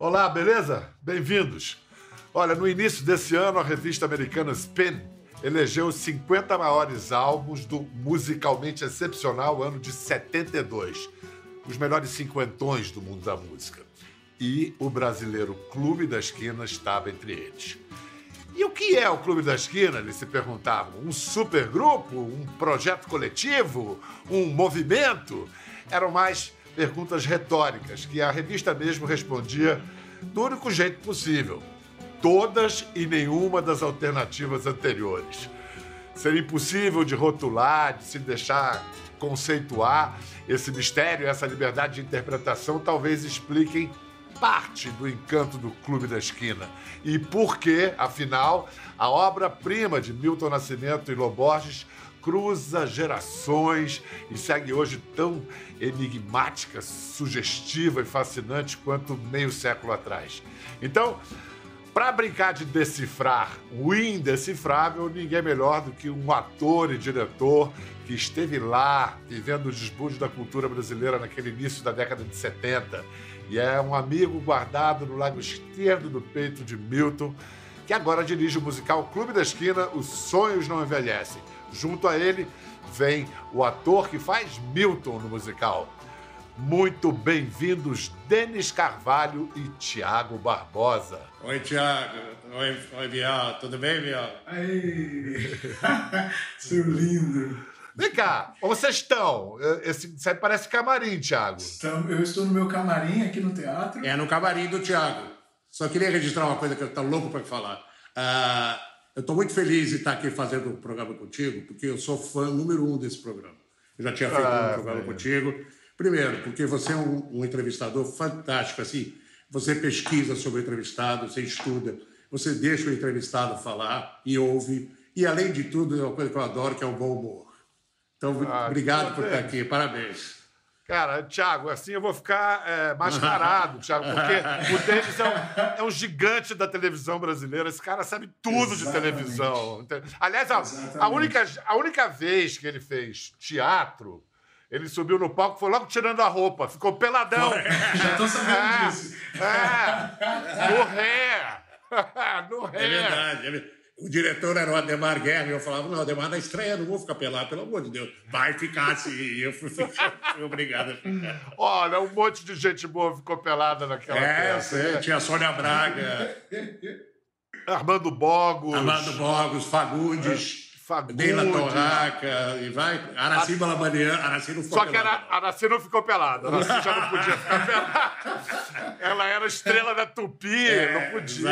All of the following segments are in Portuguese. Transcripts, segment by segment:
Olá, beleza? Bem-vindos. Olha, no início desse ano, a revista americana Spin elegeu os 50 maiores álbuns do musicalmente excepcional ano de 72. Os melhores cinquentões do mundo da música. E o brasileiro Clube da Esquina estava entre eles. E o que é o Clube da Esquina? Eles se perguntavam. Um supergrupo? Um projeto coletivo? Um movimento? Eram mais perguntas retóricas que a revista mesmo respondia do único jeito possível. Todas e nenhuma das alternativas anteriores. Seria impossível de rotular, de se deixar conceituar. Esse mistério, essa liberdade de interpretação talvez expliquem parte do encanto do Clube da Esquina. E por que, afinal, a obra-prima de Milton Nascimento e Lô Borges cruza gerações e segue hoje tão enigmática, sugestiva e fascinante quanto meio século atrás. Então, para brincar de decifrar o indecifrável, ninguém melhor do que um ator e diretor que esteve lá, vivendo os desbundes da cultura brasileira naquele início da década de 70. E é um amigo guardado no lado esquerdo do peito de Milton, que agora dirige o musical Clube da Esquina, Os Sonhos Não Envelhecem. Junto a ele vem o ator que faz Milton no musical. Muito bem-vindos, Denis Carvalho e Tiago Barbosa. Oi, Tiago. Oi, Bial. Tudo bem, Bial? Aí, seu lindo. Vem cá, onde vocês estão? Isso aí parece camarim, Tiago. Eu estou no meu camarim aqui no teatro. É, no camarim do Tiago. Só queria registrar uma coisa que eu estou louco para falar. Eu estou muito feliz de estar aqui fazendo o programa contigo, porque eu sou fã número 1 desse programa. Eu já tinha feito um programa contigo. Primeiro, porque você é um entrevistador fantástico, assim. Você pesquisa sobre o entrevistado, você estuda, você deixa o entrevistado falar e ouve. E, além de tudo, é uma coisa que eu adoro, que é o bom humor. Então, obrigado por estar aqui. Parabéns. Cara, Tiago, assim eu vou ficar mascarado, Tiago, porque o Denis é um gigante da televisão brasileira. Esse cara sabe tudo de televisão. Aliás, a única vez que ele fez teatro, ele subiu no palco, foi logo tirando a roupa, ficou peladão. Já estou sabendo disso. No ré. No ré. É verdade. O diretor era o Ademar Guerra, e eu falava, não, Ademar, na estreia não vou ficar pelado, pelo amor de Deus. Vai ficar assim. E eu fui obrigado a ficar. Olha, um monte de gente boa ficou pelada naquela peça. Tinha a Sônia Braga. Armando Bogos, Fagundes. Neila Torraca, e vai. Araci Balabanian. Araci não ficou pelada. Só que Araci não ficou pelada. Araci já não podia ficar pelada. Ela era estrela da Tupi, não podia.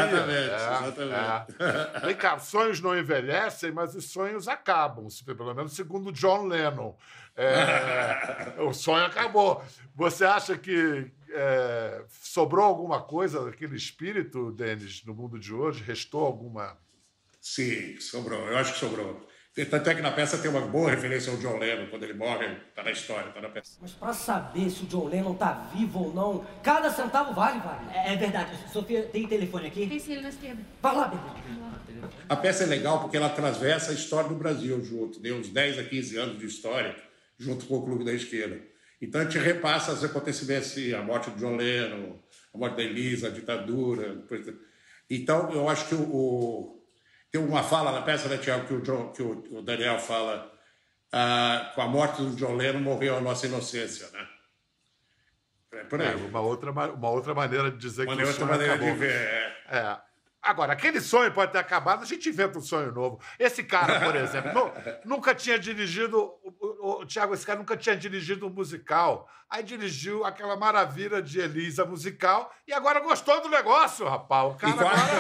Exatamente. Vem cá, sonhos não envelhecem, mas os sonhos acabam, pelo menos segundo John Lennon. O sonho acabou. Você acha que sobrou alguma coisa daquele espírito, Denis, no mundo de hoje? Restou alguma... Sim, sobrou. Eu acho que sobrou. Tanto é que na peça tem uma boa referência ao John Lennon. Quando ele morre, tá na história, tá na peça. Mas pra saber se o John Lennon tá vivo ou não, cada centavo vale. É verdade. Sofia, tem telefone aqui? Tem sim, ele na esquerda. Vai lá, bebê. A peça é legal porque ela atravessa a história do Brasil junto. Deu uns 10 a 15 anos de história junto com o Clube da Esquina. Então a gente repassa os acontecimentos, a morte do John Lennon, a morte da Elisa, a ditadura. Então eu acho que tem uma fala na peça, né, Tiago, que o Daniel fala, com a morte do John Lennon morreu a nossa inocência, né? É por aí. Uma outra maneira de dizer que o sonho outra maneira acabou. de ver. Agora, aquele sonho pode ter acabado, a gente inventa um sonho novo. Esse cara, por exemplo, nunca tinha dirigido... Tiago, esse cara nunca tinha dirigido um musical. Aí dirigiu aquela maravilha de Elisa musical e agora gostou do negócio, rapaz. O cara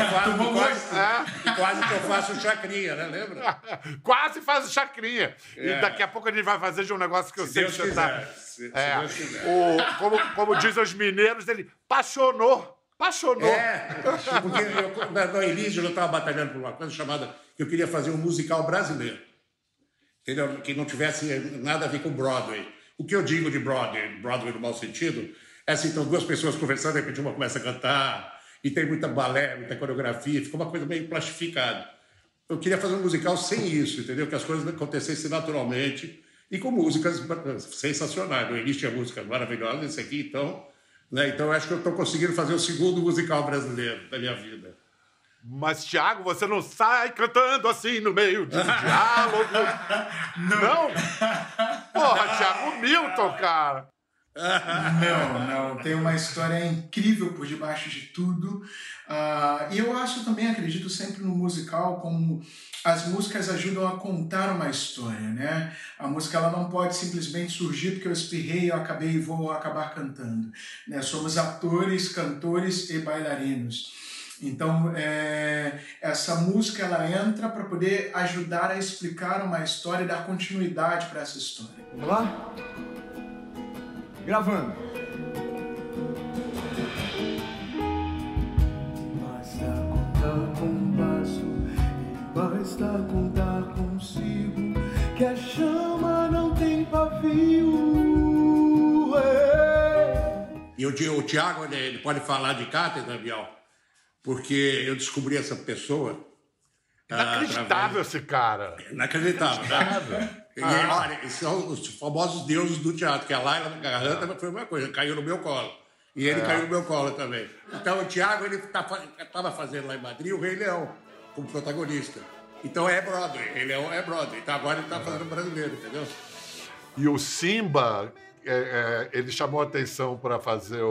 quase que eu faço chacrinha, né? Lembra? Quase faz o chacrinha. E daqui a pouco a gente vai fazer de um negócio que eu sei que você tá... Se Deus quiser. Como dizem os mineiros, ele apaixonou. Porque na Elisa eu estava batalhando por uma coisa chamada... Eu queria fazer um musical brasileiro. Entendeu? Que não tivesse nada a ver com Broadway. O que eu digo de Broadway no mau sentido, é assim, então duas pessoas conversando, de repente uma começa a cantar, e tem muita balé, muita coreografia, fica uma coisa meio plastificada. Eu queria fazer um musical sem isso, entendeu? Que as coisas acontecessem naturalmente e com músicas sensacionais. No início tinha músicas maravilhosas, esse aqui, então, Né? Então, eu acho que eu estou conseguindo fazer o segundo musical brasileiro da minha vida. Mas, Thiago, você não sai cantando assim no meio de um diálogo. Não? Porra, Thiago, o Milton, cara. Não. Tem uma história incrível por debaixo de tudo. E eu acredito sempre no musical como as músicas ajudam a contar uma história, né? A música ela não pode simplesmente surgir porque eu espirrei, eu acabei e vou acabar cantando, né? Somos atores, cantores e bailarinos. Então, essa música ela entra para poder ajudar a explicar uma história e dar continuidade para essa história. Vamos lá? Gravando. Basta contar com um passo e basta contar consigo que a chama não tem pavio. E o Thiago, ele pode falar de cátedra, Biel, porque eu descobri essa pessoa. Inacreditável esse cara. Inacreditável, né? Olha, são os famosos deuses do teatro, que a Laila Garranta foi uma coisa, caiu no meu colo. E ele caiu no meu colo também. Então o Thiago, ele estava fazendo lá em Madrid o Rei Leão, como protagonista. Então é Broadway, Rei Leão é Broadway. Então agora ele está fazendo brasileiro, entendeu? E o Simba, ele chamou a atenção para fazer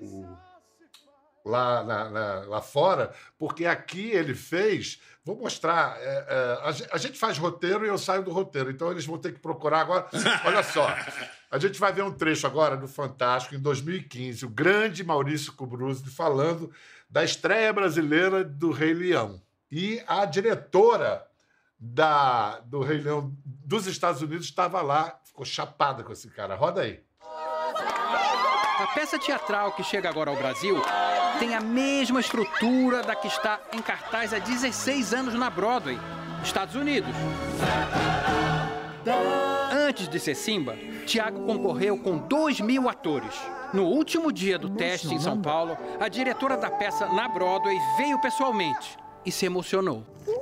lá fora, porque aqui ele fez... Vou mostrar. A gente faz roteiro e eu saio do roteiro, então eles vão ter que procurar agora. Olha só, a gente vai ver um trecho agora do Fantástico, em 2015, o grande Maurício Kubrusli falando da estreia brasileira do Rei Leão. E a diretora do Rei Leão dos Estados Unidos estava lá, ficou chapada com esse cara. Roda aí. A peça teatral que chega agora ao Brasil tem a mesma estrutura da que está em cartaz há 16 anos na Broadway, Estados Unidos. Antes de ser Simba, Thiago concorreu com 2.000 atores. No último dia do teste em São Paulo, a diretora da peça na Broadway veio pessoalmente e se emocionou.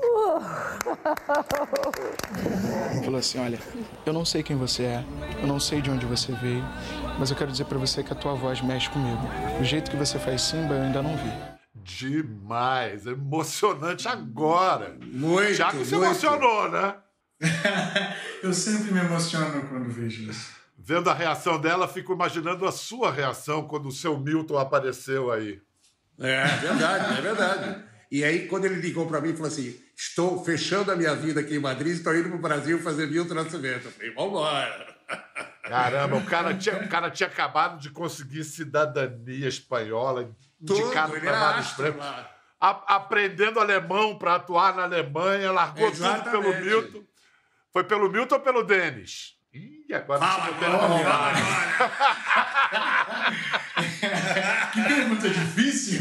Falou assim, olha, eu não sei quem você é, eu não sei de onde você veio, mas eu quero dizer pra você que a tua voz mexe comigo. O jeito que você faz Simba eu ainda não vi. Demais, emocionante agora. Muito, Thiago se emocionou, né? Eu sempre me emociono quando vejo isso. Vendo a reação dela, fico imaginando a sua reação quando o seu Milton apareceu aí. É verdade. E aí, quando ele ligou para mim e falou assim, estou fechando a minha vida aqui em Madrid, estou indo para o Brasil fazer Milton Nascimento. Eu falei, vambora. Caramba, o cara tinha acabado de conseguir cidadania espanhola, indicado para vários prêmios. Aprendendo alemão para atuar na Alemanha, largou tudo pelo Milton. Foi pelo Milton ou pelo Denis? Ih, agora Que pergunta difícil.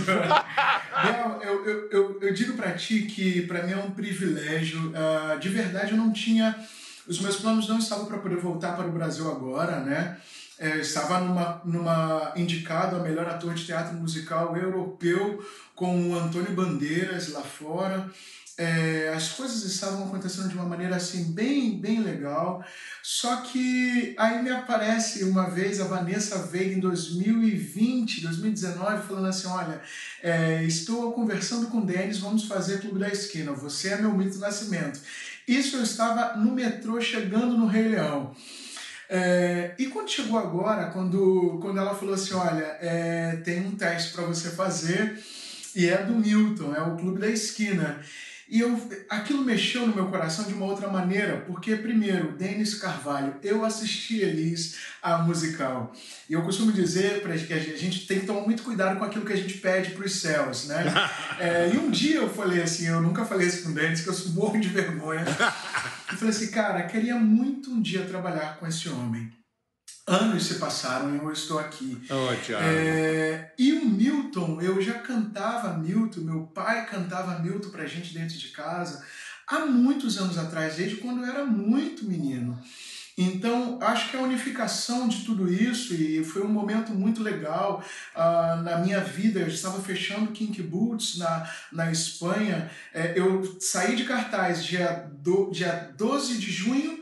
Eu digo pra ti que pra mim é um privilégio. De verdade, eu não tinha... Os meus planos não estavam para poder voltar para o Brasil agora, né? Eu estava indicado a melhor ator de teatro musical europeu com o Antônio Bandeiras lá fora. As coisas estavam acontecendo de uma maneira assim bem legal, só que aí me aparece uma vez a Vanessa Veiga em 2019 falando assim, olha, estou conversando com o Denis, vamos fazer Clube da Esquina, você é meu Milton Nascimento. Isso eu estava no metrô chegando no Rei Leão. E quando chegou agora, quando ela falou assim, olha, tem um teste para você fazer e é do Milton, é o Clube da Esquina. E aquilo mexeu no meu coração de uma outra maneira, porque, primeiro, Denis Carvalho, eu assisti Elis, a musical. E eu costumo dizer que a gente tem que tomar muito cuidado com aquilo que a gente pede para os céus, né? E um dia eu falei assim, eu nunca falei isso com o Denis, que eu sou morro de vergonha. Eu falei assim, cara, queria muito um dia trabalhar com esse homem. Anos se passaram e eu estou aqui. E o Milton, eu já cantava Milton, meu pai cantava Milton pra gente dentro de casa há muitos anos atrás, desde quando eu era muito menino. Então, acho que a unificação de tudo isso, e foi um momento muito legal na minha vida, eu estava fechando Kinky Boots na Espanha, eu saí de cartaz dia 12 de junho,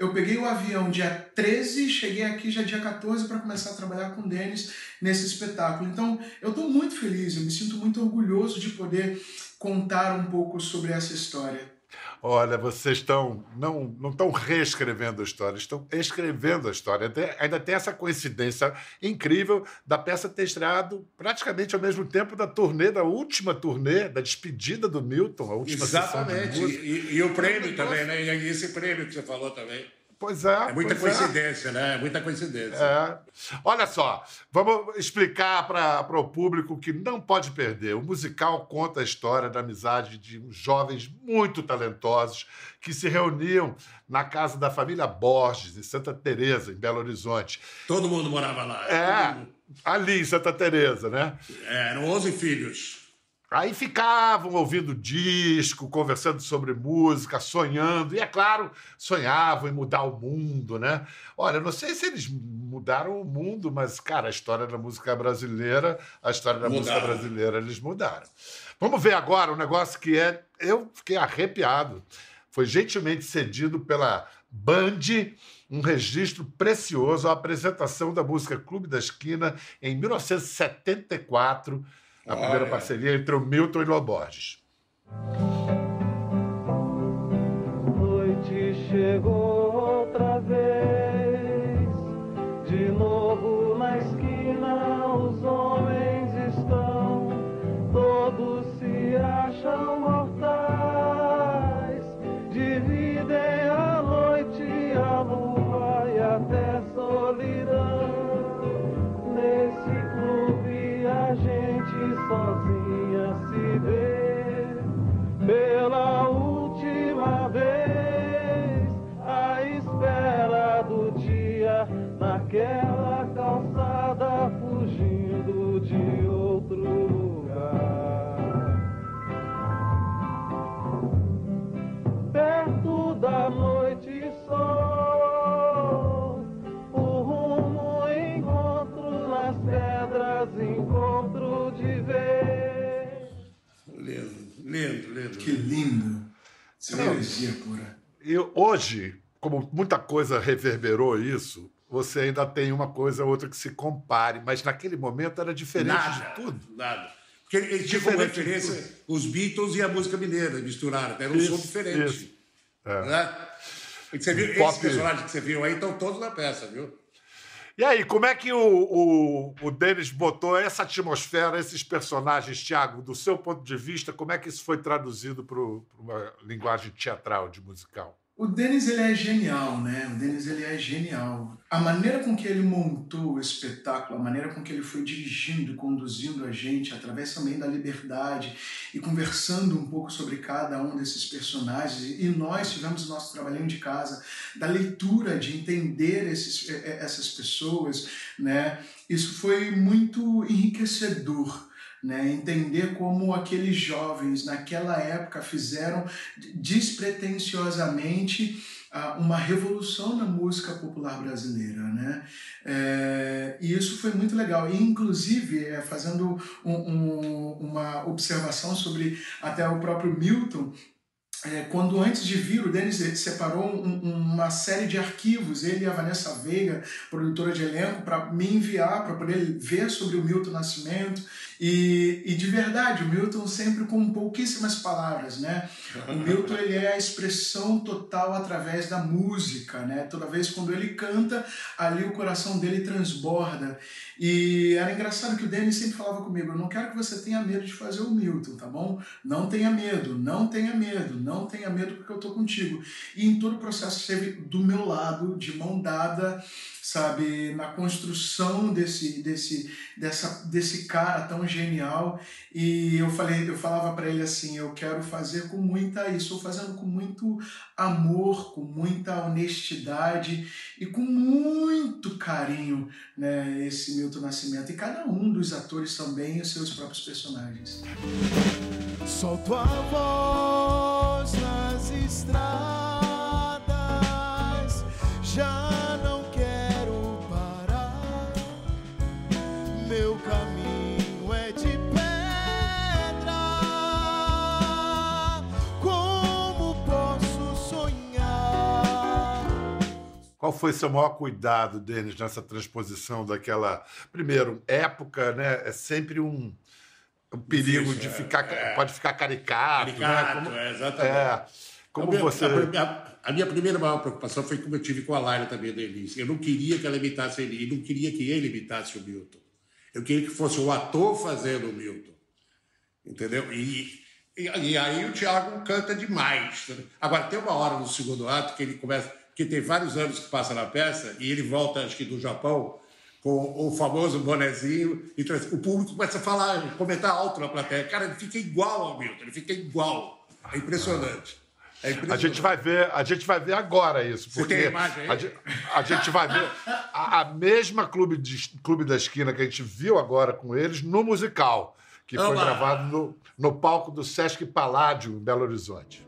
Eu peguei o avião dia 13, cheguei aqui já dia 14 para começar a trabalhar com o Denis nesse espetáculo. Então, eu estou muito feliz, eu me sinto muito orgulhoso de poder contar um pouco sobre essa história. Olha, vocês não estão reescrevendo a história, estão escrevendo a história. Ainda tem essa coincidência incrível da peça ter estreado praticamente ao mesmo tempo da última turnê, da despedida do Milton, a última sessão de música. E o prêmio também, né? E esse prêmio que você falou também. Pois é. É muita coincidência, né? É muita coincidência. É. Olha só, vamos explicar para o público que não pode perder. O musical conta a história da amizade de uns jovens muito talentosos que se reuniam na casa da família Borges, em Santa Teresa, em Belo Horizonte. Todo mundo morava lá. Ali em Santa Teresa, né? Eram 11 filhos. Aí ficavam ouvindo disco, conversando sobre música, sonhando. E, é claro, sonhavam em mudar o mundo, né? Olha, eu não sei se eles mudaram o mundo, mas, cara, a história da música brasileira, eles mudaram. Vamos ver agora um negócio que eu fiquei arrepiado. Foi gentilmente cedido pela Band, um registro precioso, a apresentação da música Clube da Esquina em 1974, a primeira parceria entre o Milton e Lô Borges. Noite chegou outra vez, de novo na esquina os homens estão, todos se acham mortais, dividem a noite, a lua e até solidão. Nesse clube a gente sozinha se vê pela última vez, à espera do dia, naquela calçada, fugindo de outro lugar. Perto da noite sol, o rumo encontro nas pedras, encontro de vez. Lindo. Que lindo. Isso é poesia pura. E hoje, como muita coisa reverberou isso, você ainda tem uma coisa ou outra que se compare, mas naquele momento era diferente de tudo. Nada. Porque eles tinham como referência os Beatles e a música mineira, misturaram, era um som diferente. Né? Você viu, esses personagens que você viu aí estão todos na peça, viu? E aí, como é que o Denis botou essa atmosfera, esses personagens, Thiago, do seu ponto de vista, como é que isso foi traduzido para uma linguagem teatral, de musical? O Denis, ele é genial, né? O Denis, ele é genial. A maneira com que ele montou o espetáculo, a maneira com que ele foi dirigindo e conduzindo a gente, através também da liberdade, e conversando um pouco sobre cada um desses personagens, e nós tivemos o nosso trabalhinho de casa, da leitura, de entender essas pessoas, né? Isso foi muito enriquecedor. Né, entender como aqueles jovens naquela época fizeram despretensiosamente uma revolução na música popular brasileira, né? E isso foi muito legal. E, inclusive, fazendo uma observação sobre até o próprio Milton, quando antes de vir, o Denis separou uma série de arquivos, ele e a Vanessa Veiga, produtora de elenco, para me enviar, para poder ver sobre o Milton Nascimento. E de verdade, o Milton sempre com pouquíssimas palavras, né? O Milton, ele é a expressão total através da música, né? Toda vez quando ele canta, ali o coração dele transborda. E era engraçado que o Denis sempre falava comigo: eu não quero que você tenha medo de fazer o Milton, tá bom? Não tenha medo, não tenha medo, não tenha medo, porque eu tô contigo. E em todo o processo esteve do meu lado, de mão dada, sabe, na construção desse cara tão genial. E eu falava para ele assim: eu quero fazer com muita, e estou fazendo com muito amor, com muita honestidade e com muito carinho, né, esse Milton Nascimento, e cada um dos atores também e os seus próprios personagens. Solto a voz nas estradas, já não quero parar, meu caminho é de pedra, como posso sonhar Qual foi seu maior cuidado, Denis, nessa transposição daquela... Primeiro, época, né? É sempre um perigo de ficar... Pode ficar caricato. Caricato, né? Exatamente. Como você... A minha primeira maior preocupação foi como eu tive com a Laila também, da Elis. Eu não queria que ela imitasse ele, e não queria que ele imitasse o Milton. Eu queria que fosse o ator fazendo o Milton. Entendeu? E aí o Tiago canta demais. Agora, tem uma hora no segundo ato que ele começa... Porque tem vários anos que passa na peça e ele volta, acho que do Japão, com o famoso bonezinho. Então, o público começa a falar, comentar alto na plateia. Cara, ele fica igual ao Milton, ele fica igual. É impressionante. A gente vai ver agora isso. Porque você tem a imagem aí? A gente vai ver a mesma Clube da Esquina que a gente viu agora com eles no musical, que foi gravado no palco do Sesc Paládio, em Belo Horizonte.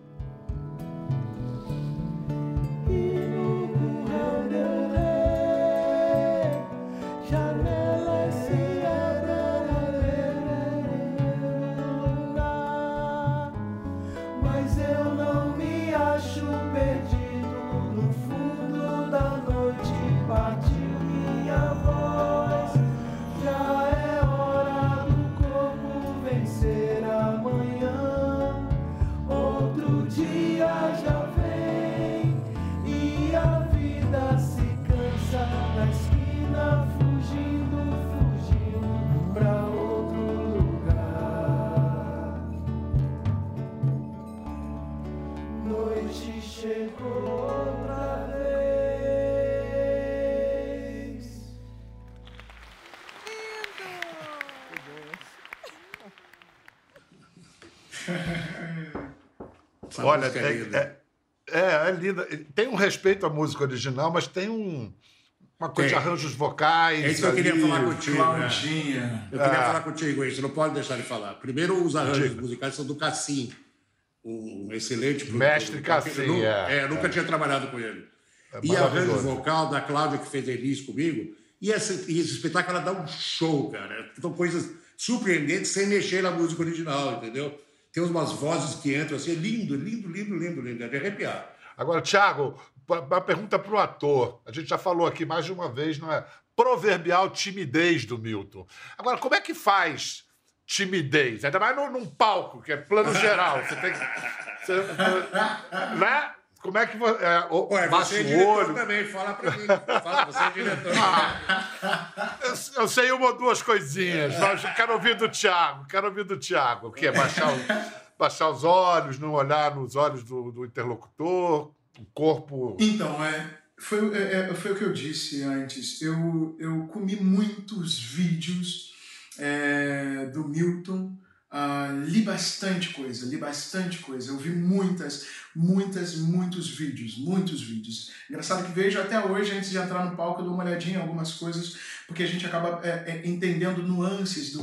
Olha, é linda. Tem um respeito à música original, mas tem uma coisa de arranjos vocais. É isso que eu queria falar contigo. Claudinha. Eu queria falar contigo isso, não pode deixar de falar. Primeiro, os arranjos musicais são do Cassim, um excelente produtor. Mestre Cassim, eu nunca tinha trabalhado com ele. E arranjo vocal da Cláudia, que fez Elis comigo. E esse espetáculo, ela dá um show, cara. São coisas surpreendentes sem mexer na música original, entendeu? Tem umas vozes que entram assim, é lindo, lindo, lindo, lindo, lindo, é de arrepiar. Agora, Tiago, uma pergunta para o ator. A gente já falou aqui mais de uma vez, não é? Proverbial timidez do Milton. Agora, como é que faz timidez? Ainda mais num palco, que é plano geral. Você tem que... né? Como é que você... você é diretor também, fala pra mim. Você é diretor. Eu sei uma ou duas coisinhas, mas eu quero ouvir do Tiago. Que é baixar os olhos, não olhar nos olhos do interlocutor, o corpo... Então, foi o que eu disse antes. Eu comi muitos vídeos do Milton. Li bastante coisa. Eu vi muitos vídeos. Engraçado que vejo até hoje, antes de entrar no palco, eu dou uma olhadinha em algumas coisas, porque a gente acaba entendendo nuances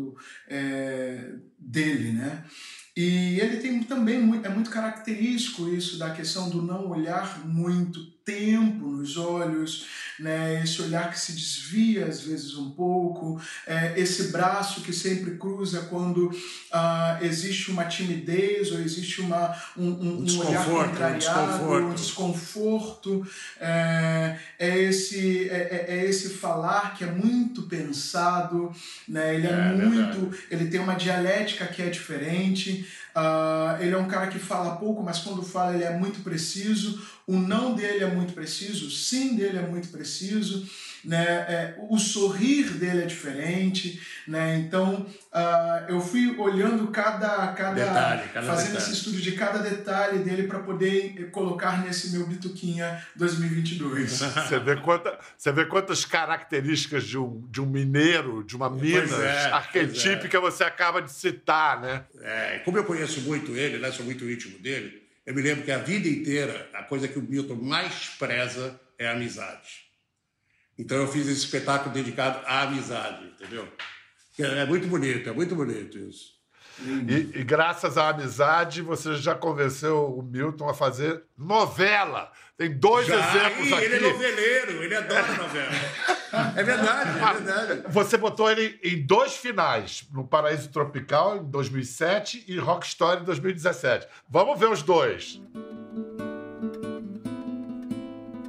dele, né? E ele tem também, é muito característico isso da questão do não olhar muito tempo nos olhos, né? Esse olhar que se desvia às vezes um pouco, esse braço que sempre cruza quando existe uma timidez ou existe um olhar contrariado, um desconforto. É esse falar que é muito pensado, né? Ele tem uma dialética que é diferente. Ele é um cara que fala pouco, mas quando fala ele é muito preciso. O não dele é muito preciso, o sim dele é muito preciso, né? O sorrir dele é diferente, né? Então eu fui olhando cada detalhe, fazendo esse estudo de cada detalhe dele para poder colocar nesse meu Bituquinha 2022. Você vê quantas características de um mineiro, de uma Minas arquetípica você acaba de citar, né? Como eu conheço muito ele, né? Sou muito íntimo dele. Eu me lembro que a vida inteira, a coisa que o Milton mais preza é a amizade. Então eu fiz esse espetáculo dedicado à amizade, entendeu? É muito bonito isso. E graças à amizade, você já convenceu o Milton a fazer novela. Tem dois exemplos aqui. Ele é noveleiro, ele adora novela. É verdade. Você botou ele em 2 finais, no Paraíso Tropical, em 2007, e Rock Story, em 2017. Vamos ver os 2.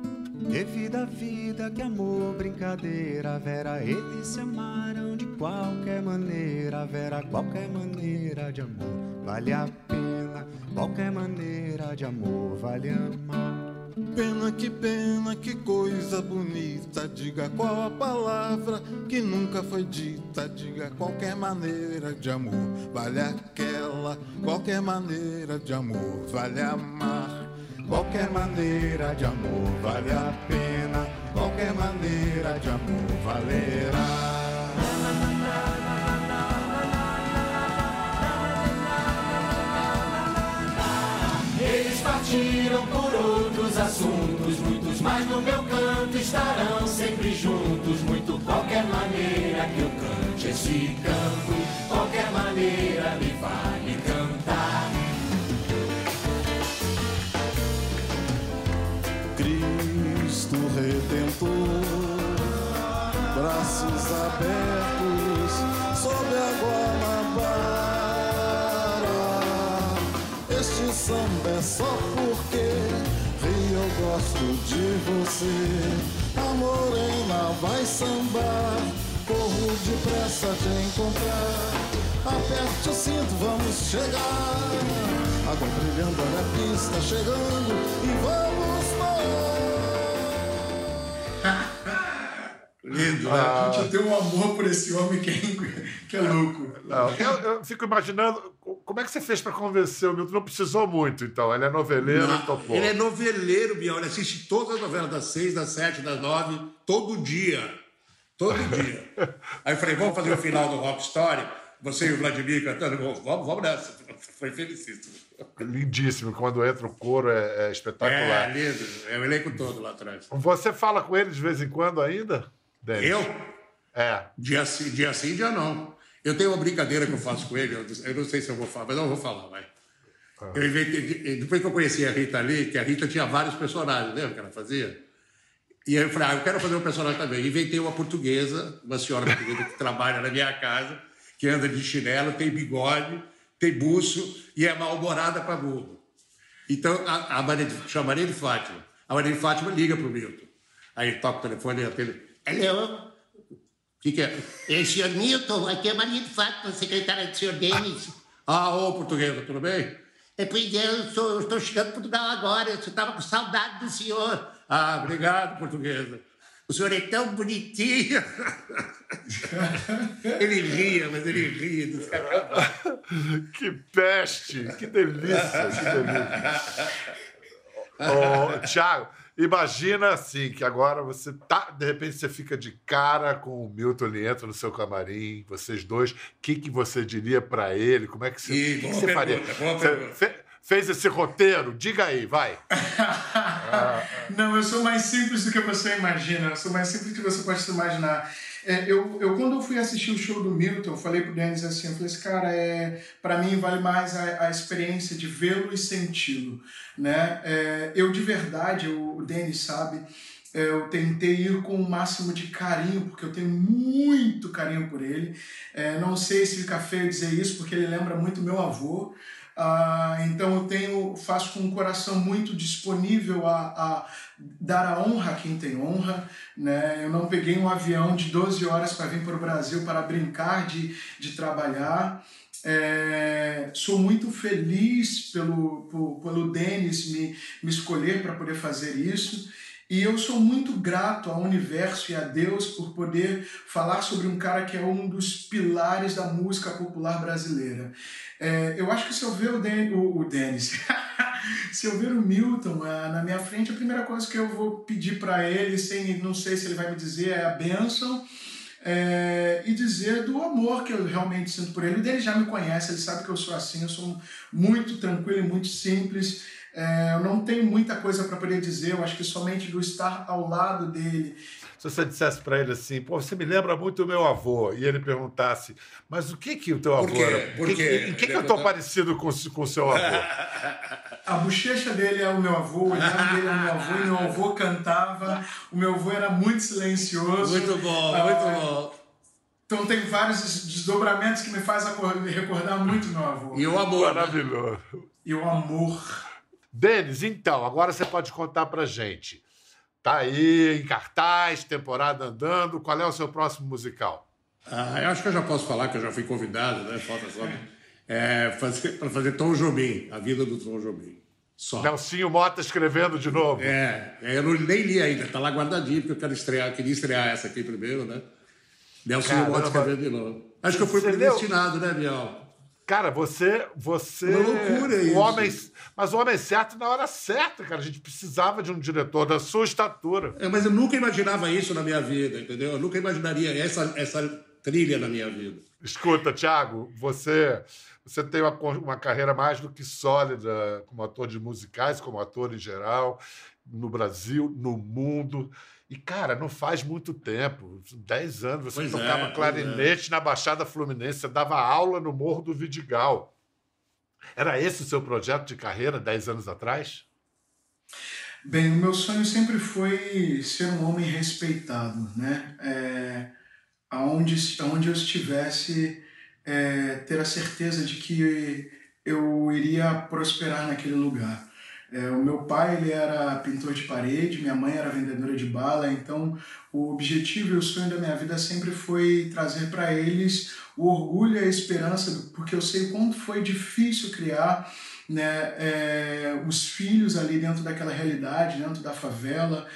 Devido à vida, que amor, brincadeira, Vera, eles se amaram de qualquer maneira, Vera, qualquer maneira de amor vale a pena, qualquer maneira de amor vale amar. Pena, que coisa bonita, diga qual a palavra que nunca foi dita, diga qualquer maneira de amor vale aquela, qualquer maneira de amor vale amar. Qualquer maneira de amor vale a pena, qualquer maneira de amor valerá. Eles partiram por outros assuntos, muitos mais no meu canto estarão sempre juntos. Muito qualquer maneira que eu cante esse canto, qualquer maneira me vale cantar. Cristo Redentor, braços abertos sob a Guanabara. Este samba é só porque Rio eu gosto de você. A morena vai sambar, corro depressa te encontrar. Aperte o cinto, vamos chegar. Água brilhando, olha a pista chegando e vamos Lindo, né? Gente, eu tenho um amor por esse homem que é louco. Não, eu fico imaginando, como é que você fez para convencer o Milton? Não precisou muito, então. Ele é noveleiro e topou. Ele é noveleiro, Biel. Ele assiste todas as novelas das 6, das 7, das 9, todo dia. Todo dia. Aí eu falei, vamos fazer o final do Rock Story? Você e o Vladimir cantando, vamos nessa. Foi felicíssimo. Lindíssimo. Quando entra o coro, é espetacular. É, lindo. É o elenco todo lá atrás. Você fala com ele de vez em quando ainda, Denis? Eu? É. Dia sim, dia não. Eu tenho uma brincadeira que eu faço com ele, eu não sei se eu vou falar, mas eu vou falar, vai. Eu inventei, depois que eu conheci a Rita Lee, que a Rita tinha vários personagens, lembra que ela fazia? E aí eu falei, eu quero fazer um personagem também. Inventei uma portuguesa, uma senhora portuguesa que trabalha na minha casa, que anda de chinelo, tem bigode, tem buço e é mal-humorada para burro. Então, chama Maria de Fátima. A Maria de Fátima liga para o Milton. Aí ele toca o telefone e atende. Alô? O que é? É, senhor Milton, aqui é a Maria de Fátima, secretária do senhor Denis. Ô, portuguesa, tudo bem? Pois é, eu estou chegando de Portugal agora, eu estava com saudade do senhor. Obrigado, portuguesa. O senhor é tão bonitinho. Ele ria, mas ele ria. Que peste! Que delícia! Que delícia! Thiago, imagina assim, que agora você de repente você fica de cara com o Milton, ele entra no seu camarim, vocês dois, o que você diria para ele? Como é que você faria? Você fez esse roteiro? Diga aí, vai. Não, eu sou mais simples do que você imagina. Eu sou mais simples do que você pode se imaginar. Quando eu fui assistir o show do Milton, eu falei pro Denis assim, eu falei assim, cara, para mim vale mais a experiência de vê-lo e senti-lo, né? Eu de verdade, o Denis sabe, eu tentei ir com o máximo de carinho, porque eu tenho muito carinho por ele. Não sei se fica feio dizer isso, porque ele lembra muito meu avô. Então eu faço com um coração muito disponível a dar a honra a quem tem honra, né? Eu não peguei um avião de 12 horas para vir para o Brasil para brincar de trabalhar. Sou muito feliz pelo Denis me escolher para poder fazer isso. E eu sou muito grato ao universo e a Deus por poder falar sobre um cara que é um dos pilares da música popular brasileira. Eu acho que se eu ver o Denis, se eu ver o Milton na minha frente, a primeira coisa que eu vou pedir para ele, não sei se ele vai me dizer, é a bênção, e dizer do amor que eu realmente sinto por ele. O Denis já me conhece, ele sabe que eu sou assim, eu sou muito tranquilo e muito simples. Eu não tenho muita coisa para poder dizer, eu acho que somente do estar ao lado dele. Se você dissesse para ele assim, pô, você me lembra muito do meu avô, e ele perguntasse, mas o que o teu avô era? Em que eu estou parecido com o seu avô? A bochecha dele é o meu avô, o olhar dele é o meu avô, e meu avô cantava, o meu avô era muito silencioso. Muito bom, muito bom. Então tem vários desdobramentos que me fazem recordar muito meu avô. E o amor. Maravilhoso. E o amor. Denis, então, agora você pode contar pra gente. Tá aí, em cartaz, temporada andando. Qual é o seu próximo musical? Eu acho que eu já posso falar, que eu já fui convidado, né? Falta só para fazer Tom Jobim, a vida do Tom Jobim. Só. Nelsinho Mota escrevendo de novo. Eu nem li ainda, tá lá guardadinho, porque eu queria estrear essa aqui primeiro, né? Nelsinho Mota escrevendo de novo. Acho que eu fui predestinado, né, Biel? Cara, você uma loucura isso. Mas o homem certo na hora certa, cara. A gente precisava de um diretor da sua estatura. Mas eu nunca imaginava isso na minha vida, entendeu? Eu nunca imaginaria essa trilha na minha vida. Escuta, Thiago, você tem uma carreira mais do que sólida como ator de musicais, como ator em geral, no Brasil, no mundo. E, cara, não faz muito tempo, 10 anos, você tocava clarinete na Baixada Fluminense, você dava aula no Morro do Vidigal. Era esse o seu projeto de carreira 10 anos atrás? Bem, o meu sonho sempre foi ser um homem respeitado, né? Aonde eu estivesse, ter a certeza de que eu iria prosperar naquele lugar. O meu pai ele era pintor de parede, minha mãe era vendedora de bala, então o objetivo e o sonho da minha vida sempre foi trazer para eles o orgulho e a esperança, porque eu sei o quanto foi difícil criar, né, os filhos ali dentro daquela realidade, dentro da favela.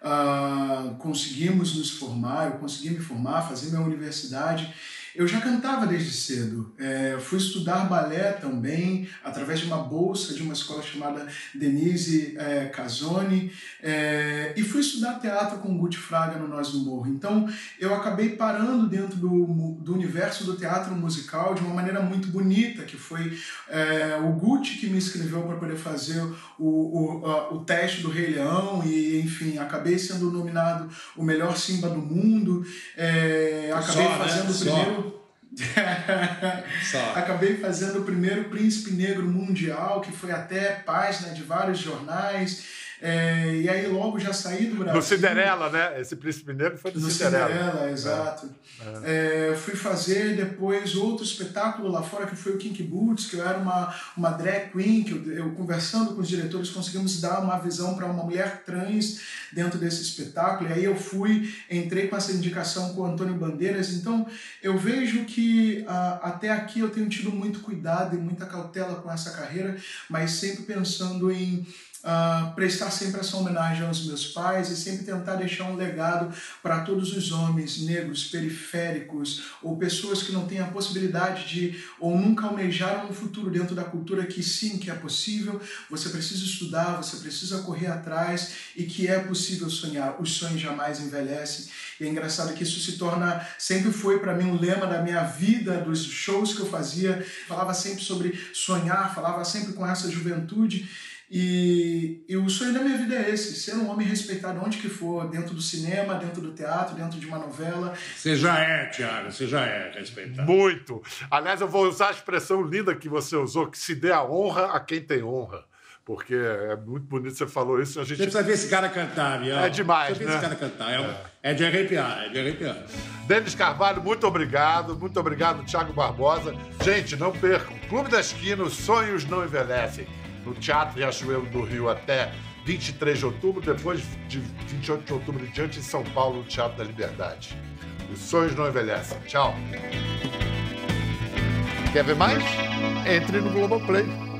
Conseguimos nos formar, eu consegui me formar, fazer minha universidade. Eu já cantava desde cedo, fui estudar balé também, através de uma bolsa de uma escola chamada Denise Casoni, e fui estudar teatro com o Guti Fraga no Nós do Morro. Então, eu acabei parando dentro do universo do teatro musical de uma maneira muito bonita, que foi o Guti que me inscreveu para poder fazer o teste do Rei Leão, e, enfim, acabei sendo nominado o melhor Simba do mundo, acabei fazendo o primeiro... Acabei fazendo o primeiro Príncipe Negro Mundial, que foi até página de vários jornais. E aí logo já saí do Brasil. No Cinderela, né? Esse Príncipe Negro foi do Cinderela. No Cinderela, exato. Fui fazer depois outro espetáculo lá fora, que foi o Kinky Boots, que eu era uma drag queen, que eu conversando com os diretores conseguimos dar uma visão para uma mulher trans dentro desse espetáculo. E aí eu entrei com essa indicação com o Antônio Bandeiras. Então eu vejo que até aqui eu tenho tido muito cuidado e muita cautela com essa carreira, mas sempre pensando em prestar sempre essa homenagem aos meus pais e sempre tentar deixar um legado para todos os homens negros, periféricos ou pessoas que não têm a possibilidade de ou nunca almejaram um futuro dentro da cultura, que sim, que é possível, você precisa estudar, você precisa correr atrás e que é possível sonhar, os sonhos jamais envelhecem. E é engraçado que isso sempre foi para mim um lema da minha vida, dos shows que eu fazia, falava sempre sobre sonhar, falava sempre com essa juventude. E o sonho da minha vida é esse, ser um homem respeitado onde que for, dentro do cinema, dentro do teatro, dentro de uma novela. Você já é, Thiago, você já é respeitado. Muito. Aliás, eu vou usar a expressão linda que você usou, que se dê a honra a quem tem honra. Porque é muito bonito, você falou isso. Você precisa ver esse cara cantar, Biel. É demais, né? Você precisa ver esse cara cantar, é de arrepiar, é de arrepiar. Denis Carvalho, muito obrigado, Thiago Barbosa. Gente, não percam, Clube da Esquina, os sonhos não envelhecem. No Teatro Riachuelo do Rio até 23 de outubro, depois de 28 de outubro em diante em São Paulo, no Teatro da Liberdade. Os sonhos não envelhecem. Tchau. Quer ver mais? Entre no Globoplay.